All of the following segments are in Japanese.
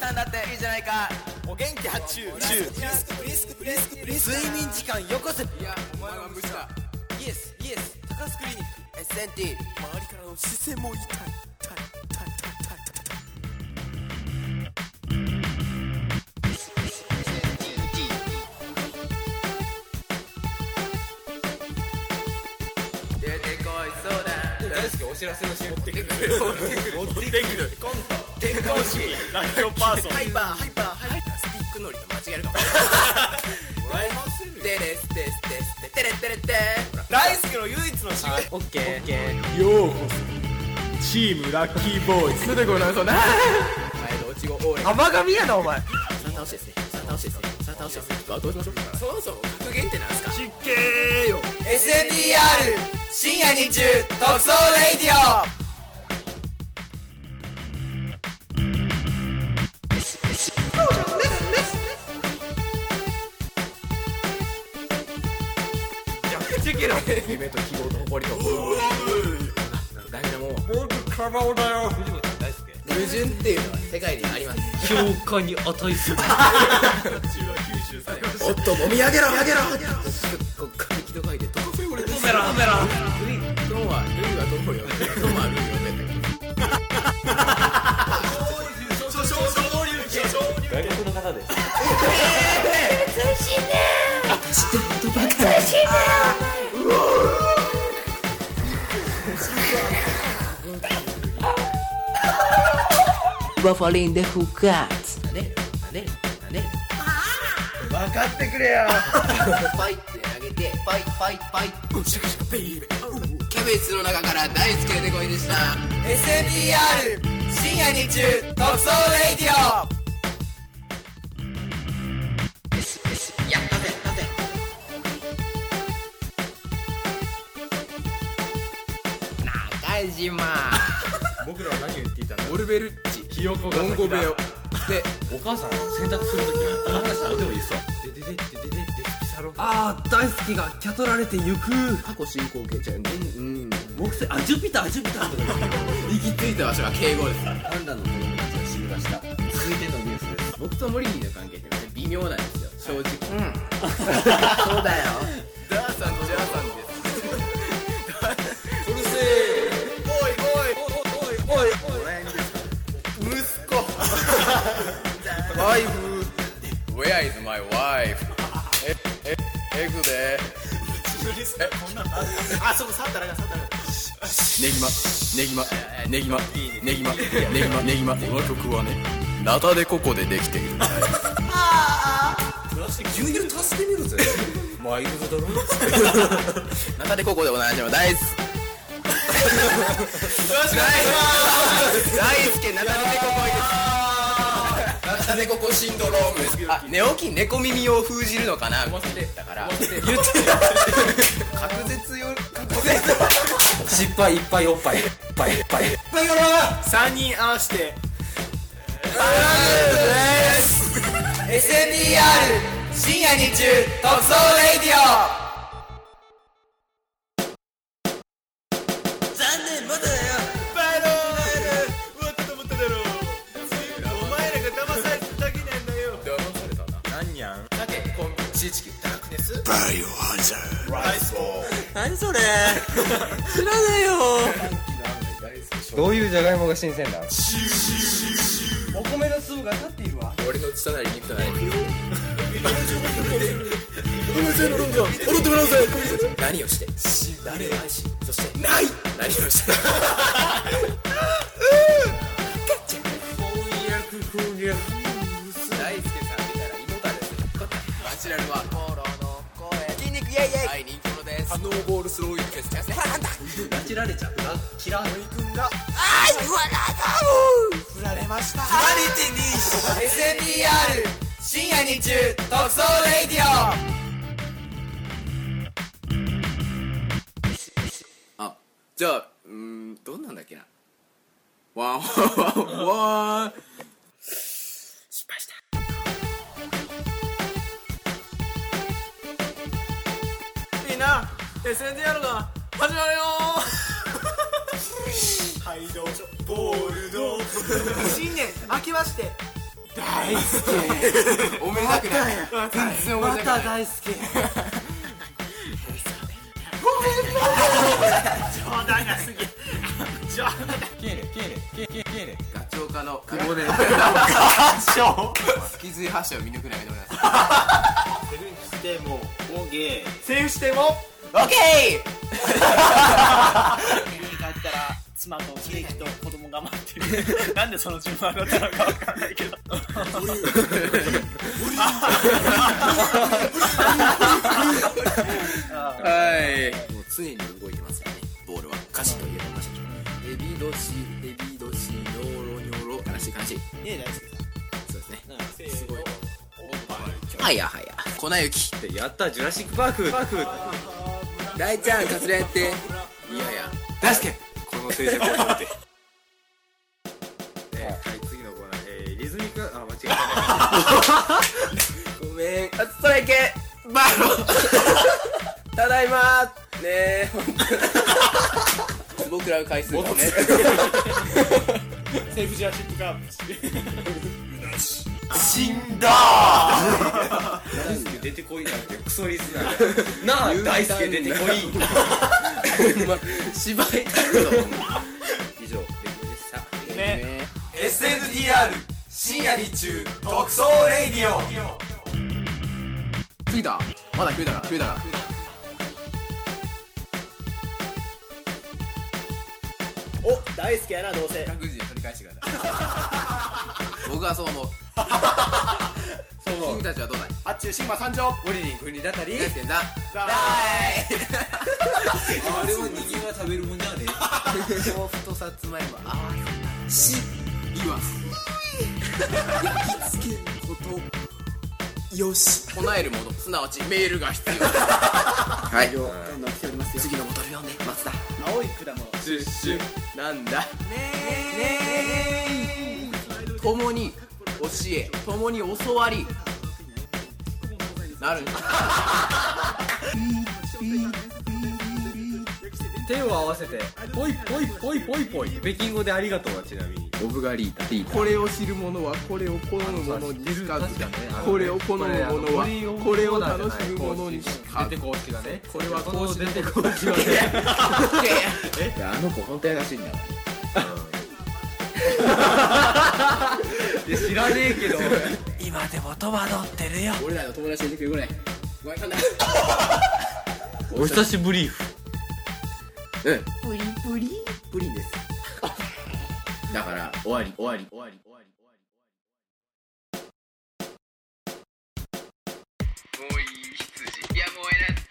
なんだっていいじゃないか。 お元気発注睡眠時間よこせ。いやお前は無視だ。 イエス高須クリニック SNT 周りからの視線も痛い出てこいそうだ。 大好きお知らせのシーン持ってくるコント転校式ラジオパーソンハイパースティックノリと間違えるかも。テレステステステテレテレテ。 大好きの唯一の仕事オッケー。 ようこそチームラッキーボーイズ出てこないそうな。どっちが多い。 甘噛みやなお前さあ倒してですね。どうしましょう。そもそも格言ってなんすか。 失敬よ SNTR 深夜日中特捜レイディオ。夢と希望と誇りと大事なもんは僕カバオだよ矛盾っていうのは世界にあります。 評価に値するおっともみ上げろこっから気と書いてトコフェオレです。 トメラトンはルイはトンを呼んでトンはルイを呼んで外国の方です。 バファリンで復活。ね分かってくれよパイって投げてパイシャカシャカベイベー。キャベツの中から大好きなデコイでした。 SNTR 深夜日中特捜レイディオ。やったぜ中島僕らは何を言っていたの。 オルベルッチひよこがモンゴベヨでお母さん洗濯するときはこの話どうでもいいっすわ。 でピサロあー大好きがキャトられてゆく過去進行形ちゃう。 木星ジュピターとか行き着いた場所が敬語です。 パンダの子供たちが死にました。続いてのニュースです。 僕とモリリーの関係って微妙なんですよ正直。そうだよ。ダーさんですうるせえ。おい息子ワイフ Where is my wife エグであそこ触ったらネギマこの曲はねナタデココでできている。 牛乳足してみるぜマイルドだろナタデココでおなじみの大好きナタデココいです。ナタデココシンドロームです。あ、寝起き猫耳を封じるのかな思ってたから言って隔絶失敗いっぱいおっぱいいっぱい 3人合わせて SNTR 深夜日中特捜レイディオ。 残念まだだよ。 バイロー終わったと思っただろう。お前らが騙されただけなんだよ。 騙されたな。 なんにゃん鮭昆布チーチキダークネスバイオハザーライスボール何それ知らないよ。どういうじゃがいもが新鮮だ。お米の粒が立っているわ。 俺の血となり肉となり何をして誰を愛しそしてない何をして大輔さん見たら妹だですバチュラルは心の声筋肉イエイイエイはい人気者です。スノーボールスローイングですね。なんだ拉致られちゃった。キラーくんが振られました。SNTR 深夜日中特捜レイディオ。あ、じゃあどんなんだっけな。ワン失敗した。 みんな SNTR が始まるよはいどうぞボールド新年明けまして大好きおめでたくない全然おめでたくない大好き冗談がすぎ冗談敬礼ガチョウ科の久保で脊髄発射を見抜くのやめてもらいセーフしてもオーケーセーフしてもますオッケ家に帰ったら妻とケーキと子供が待ってるなんでその順番だったのかわかんないけどはいもう常に動いてますからねボールは歌詞といえば歌詞エビドシニョロニョロ悲しい悲しいねえ大好きさそうですねすごいはや粉雪ってやったジュラシックパーク大ちゃんカツラやっていやいや大輔この成績を取ってはい次のコーナーリズミカ間違えたごめんストライケバロただいまねえ僕らの回数がねセーフジャーシップカープ死んだ大輔出てこいなんてクソリスナーなあ大輔出てこい芝居だけど以上レコでしたね SNDR 深夜日中特捜レイディオ着いたまだ食えたかお大好きやなどうせ各自で取り返してください僕はそう思う君たちはどうだいあっちゅうシグマ参上オリリン国だったり大輔だあれは人間が食べるもんじゃね豆腐とさつまいもしいわ焼き付けることよし唱えるものすなわちメールが必要はいどんどん来ておりますよ次のボトル読んで松田青い果物シュッシュなんだねえ共に教え共に教わりなるんだ手を合わせてポイポイポイポイポイ北京語でありがとうはちなみにオブガリータこれを知る者はこれを好む者にしかずこれを好む者はこれを楽しむ者にしかず出て公式がねこれはこの公式出て公式がねあの子本当優しいんだよ知らねえけど今でも戸惑ってるよ俺らの友達でいてくれごめんかんないお久しぶりうんプリンですだから終わりもういい羊やも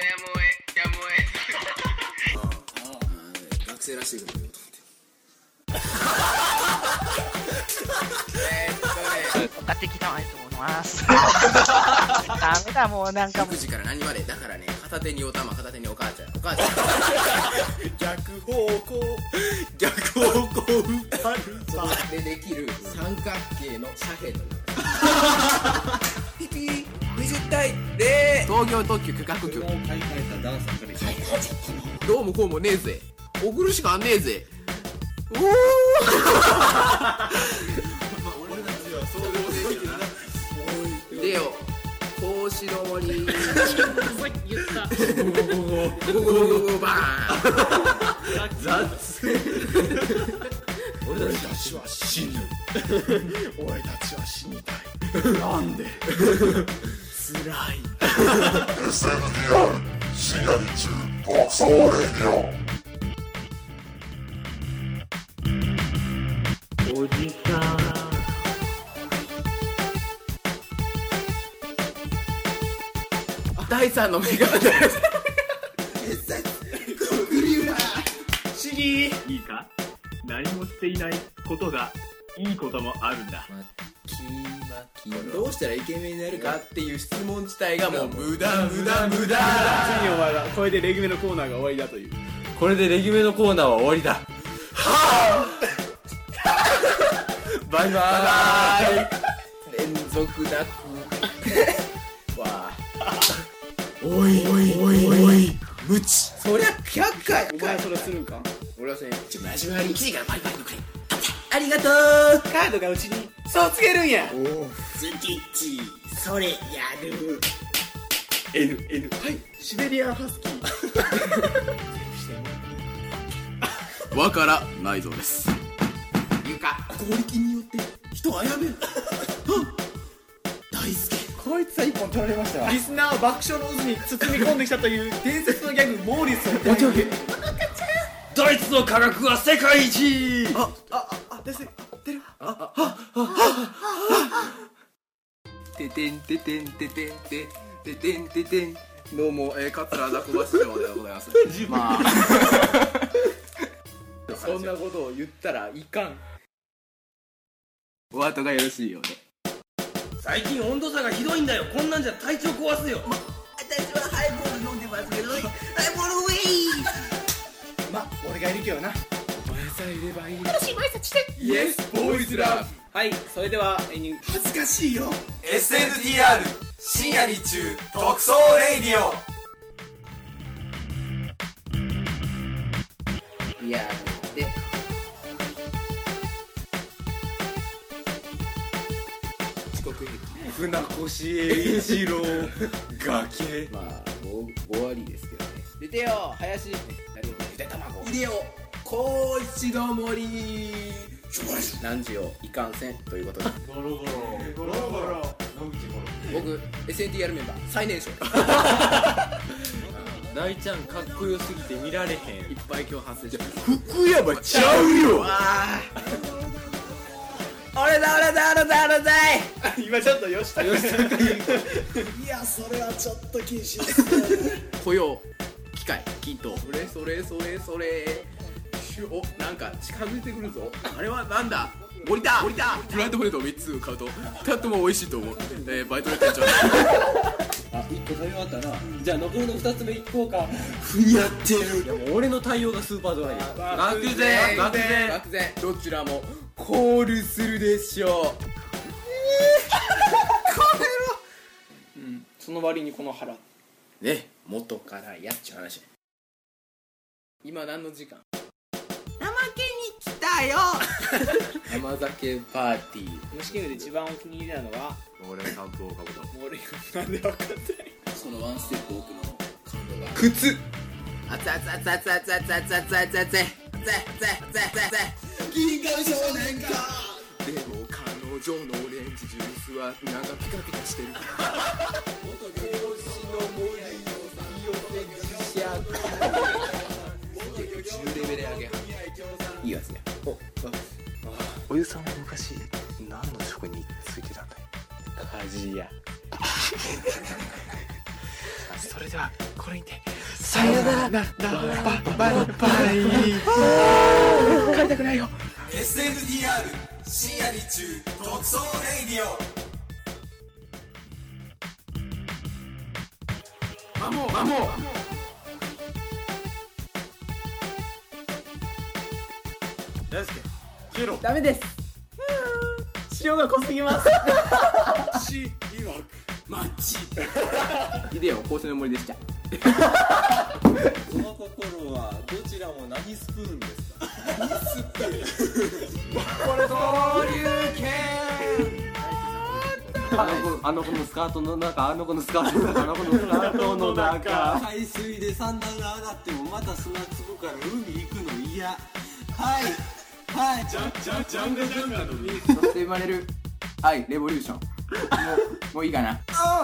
え学生らしいこと言おうと思って買ってきたいと思いますダメだもうなんかもう 9時から何までだからね片手にお玉片手にお母ちゃん逆方向そこでできる三角形の斜辺のピピー20対0東京特許許可局買い替えたダンサーからどうもこうもねえぜ送るしかあんねえぜおお俺たちはそうでもねえけどなでよ格子の森言ったゴバーン雑俺たちは死ぬ俺たちは死にたいなんで辛い SNDR 深夜日中特捜レディオおじさん第3の目がシギーいいか何もしていないことがいいこともあるんだどうしたらイケメンになるかっていう質問自体がもう無駄ついにお前らこれでレギュメのコーナーが終わりだというこれでレギュメのコーナーは終わりだバイバーイ連続なくわおい無知そりゃ100回お前それするんか俺はそれちょっと味わい1時からバイバイのくれあありがとう。 カードがうちにそう告げるんや。 ズキッチそれやる。 N はいシベリアンハスキーわから内臓です。 ゆか攻撃によって人を殺める。大輔こいつは一本取られましたわ。リスナーを爆笑の渦に包み込んできたという伝説のギャグモーリスをおちょげ。 ドイツの科学は世界一。 です出る。 ててんててんててんてててんててん。どうも桂田小橋町でございます。まあそんなことを言ったらいかん。 お後がよろしいようで。 最近温度差がひどいんだよ。こんなんじゃ体調壊すよ。 私はハイボール飲んでますけど、ハイボールウェイ。 ま俺がいるけどな。 お前さえいればいい。 楽しい挨拶して。 イエスボーイズラブ。 はい、それでは恥ずかしいよ。 SNTR 深夜日中特捜レイディオ。 いやで遅刻船越英一郎崖。 まあ終わりですけどね。出てよ林。何をゆで卵入れよ高知の森。何時をいかんせんということでゴロゴロ野口ゴロ。 僕 SNTR メンバー最年少。 大ちゃんかっこよすぎて見られへん。 いっぱい今日発生して福山ちゃうよ。 俺だ今ちょっと吉高いやそれはちょっと禁止です雇用機械均等それおなんか近づいてくるぞ。あれはなんだ。降りたフライドポテト3つ買うととっても美味しいと思う。バイトやってんじゃん。 あ、1個食べ終わったな。じゃあ残りの2つ目いこうか。 ふにゃってる。 でも俺の対応がスーパードライヤー。 愕然どちらもコールするでしょう。 その割にこの腹ね、元からやっちゅう話。今何の時間。 怠けに来たよ。 甘酒パーティー。 虫キングで一番お気に入りなのは俺が担当かぶと。 俺がなんで分かったんや。 そのワンステップ奥の感度が靴。熱銀河少年か。 でも彼女のオレンジジュースはなんかピカピカしてる。10レベル上げ。 いいやつね。 おゆさんは昔何の職についてたんだい。 鍛冶屋。 それではこれにてさよならバイ帰りたくないよ。 SNTR 深夜日中特捜レイディオ。マモ大輔消えろ。 ダメです。塩が濃すぎます。 マッチ。イデオ香水の森でした。 その心はどちらも何スプーンですか。あの子のスカートの中、あの子のスカートの中、あの子のスカートの中。海水でサンダルが上がってもまた砂つくから海行くの嫌。はいジャンガのミそして生まれる愛レボリューション。もういいかな。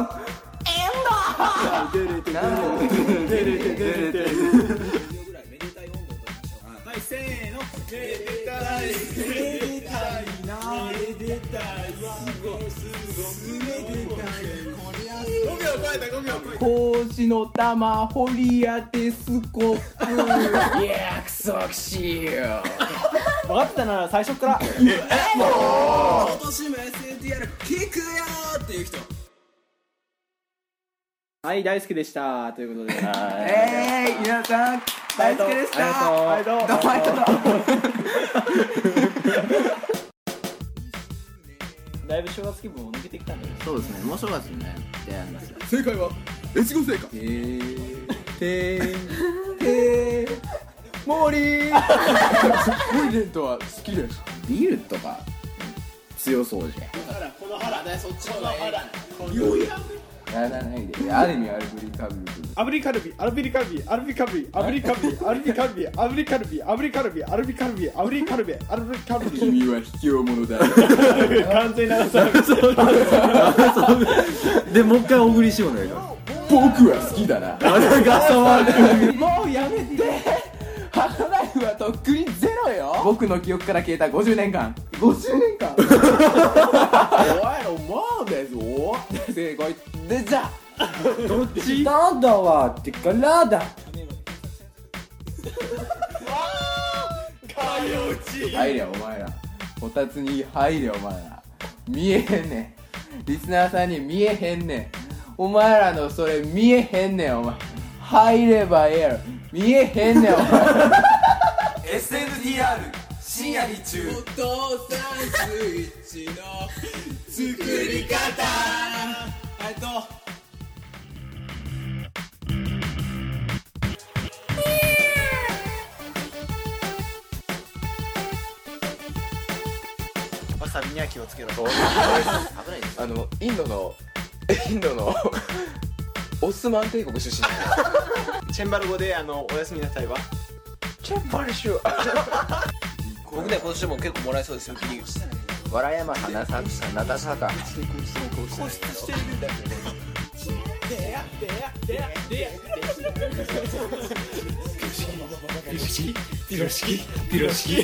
はい、せーの。めでたいな。めでたい。5秒超えた。 格子の玉掘り当てスコップ。いやクソきしいよ。 分かったなら最初から今年も SNTR 聞くよーっていう人。 はい、大好きでしたということで皆さん大好きでした。 ありがとう。 どうもありがとう。 だいぶ正月気分を抜けてきたんだよね。 そうですね、もう正月にね出会いますよ。 正解は越後製菓。 モーリーモイデントは好きです。 ビールとか強そうじゃん。 この腹だそっちの方が腹やらないで。ある意味アルブリカブルアブリカルビアルビカルビアルビカルビアブリカルビアルビカルビアブリカルビアブリカルビアルビカルビアブリカルビアルビカルビ君は卑怯者だ。 完全なさでもう一回小栗旬お願いします。 僕は好きだな。もうやめて。ハーフライフはとっくにゼロよ。僕の記憶から消えた50年間。50年間。お前らもうだぞ。正解でじゃどっちだだわってからだ。 入れお前ら。こたつに入れお前ら。見えへんねん。リスナーさんに見えへんねん。お前らのそれ見えへんねんお前。入ればええやろ。見えへんねんお前。 SNDR 深夜日中。 お父さんスイッチの作り方。 わさびには気をつけろ。 インドのオスマン帝国出身チェンバル語でおやすみなさいはチェンバルシュ僕ね今年も結構もらえそうですよ。 わらやま花さんなたさかピロシキ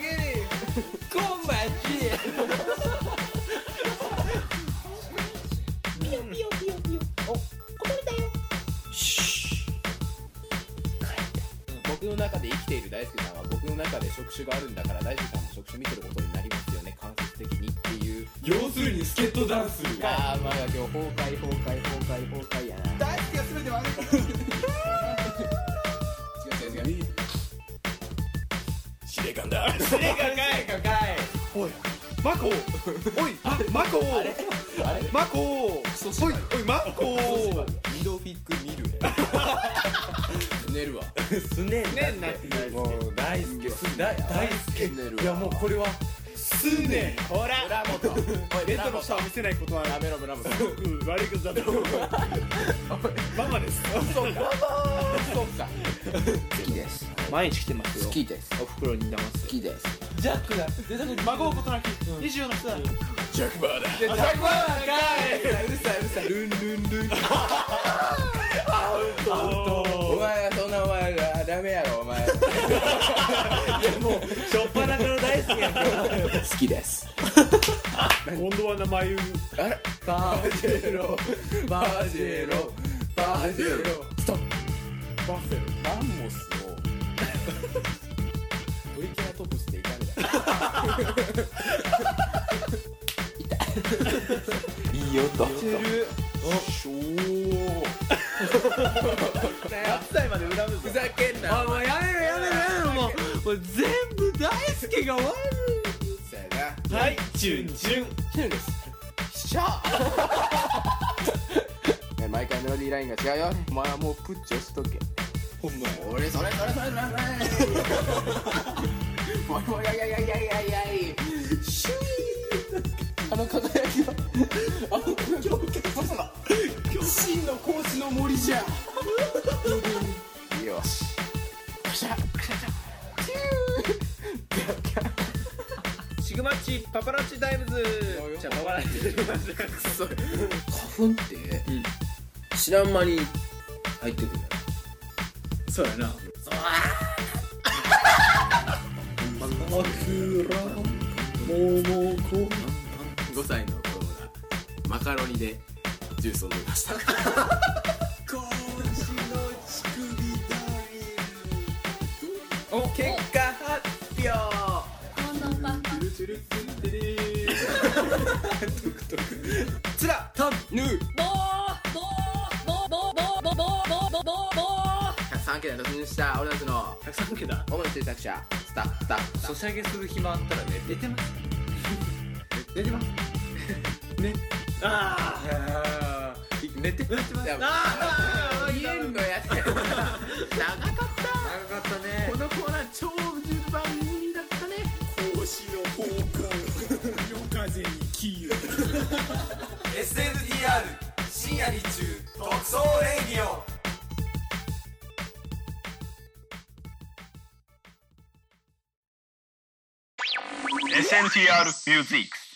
僕の中で生きている大輔さんは僕の中で触手があるんだから大輔さんも触手見てることになりますよね間接的にっていう。 要するにスケートダンスあーまあ今日崩壊やな。 大好きが全て悪い違う司令官だ司令官かいおいマコおいマコマコおいマコミドフィック見る寝るわすねんなってないもう大好き大好き寝るわ。 いやもうこれはすねんほら村本おいレッドの下を見せないことはやめろ村本すごく悪いことだと思うママですそうか好きです毎日来てますよ好きですお袋に騙す好きですジャックだ孫をことなき24の人だジャックバーだジャックバーかいうるさいルンお前そんなお前ダメやろお前。 いやもうしょっぱなから大好きやん好きです今度は名前言うあれバージェロストップバッフェルマンモスをトリケラトプスで痛めだいい音 8歳まで恨むぞふざけんなもうやめろもう全部大輔が悪いそうやなはいチュンチュンチュンですしゃあ毎回メロディーラインが違うよ。お前はもうプッチ押しとけ。 ほんまや俺それもういやいシューあの輝きは真の講師の森じゃ。よしカシャシグマッチパパラッチタイムズじゃあパパラッチ花粉って知らん間に入ってくる。 そうやな 5歳の子がマカロニでジュースを飲みました。 お結果発表つらたぬ 103件で突入した俺たちの 103件だ主な制作者スタッフソシャゲする暇あったらね出てます出てますねあ寝てます言えんのやつや長かった長かったねこのコーナー超重番組だったね。 講師の風に消える SNTR 深夜日中特捜レイディオ。 SNTR ミュージック。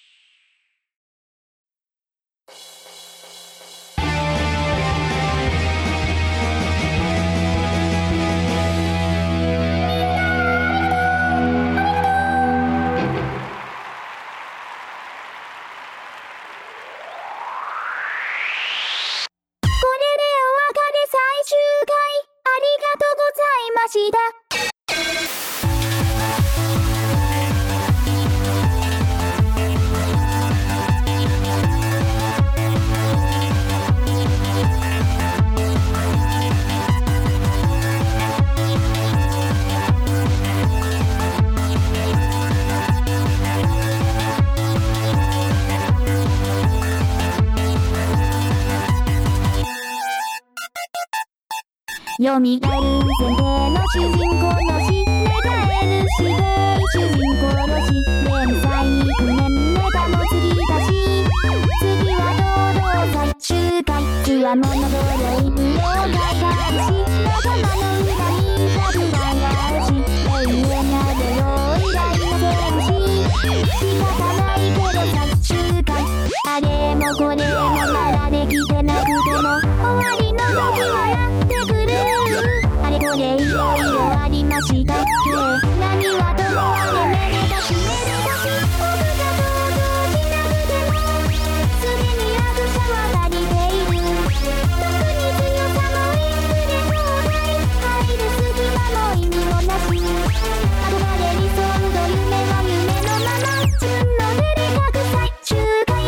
蘇る前提の主人公の死寝返るして主人公の死連載9年ネタも次だし次は堂々最終回つわものどれ色が変わるし仲間の裏にシャブがあるし永遠などよ依頼もせるし仕方ないけど最終回あれもこれもまだできてなくても終わりの時はやってくるあれこれいろいろありましたっけ何はともあれめでたしめでたし僕が想像しなくてもすでにアクションは足りている特に強さもいつでもない入る隙間も意味もなし憧れ理想と夢は夢のまま自分の手で書く最終回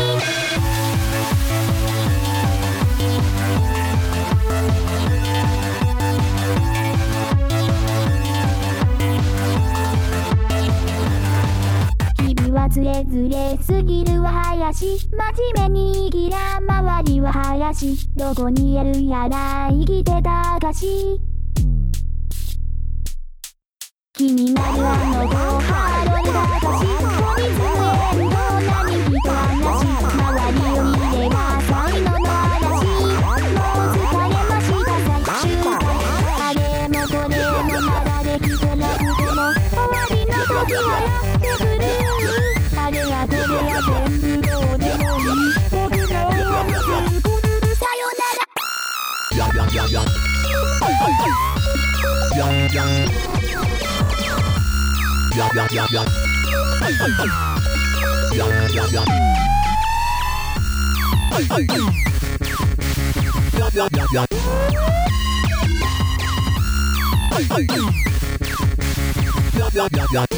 ずれずれすぎるは林真面目に生きら周りは林どこにいるやら生きてたかし気になるあの子ハードルがかし飛びつえんと何人話周りを見れば才能の嵐もう疲れました最終回あれもこれもまだできてなくても終わりの時はやってくるあれやこれや全部どうでもいい僕が思うさよならや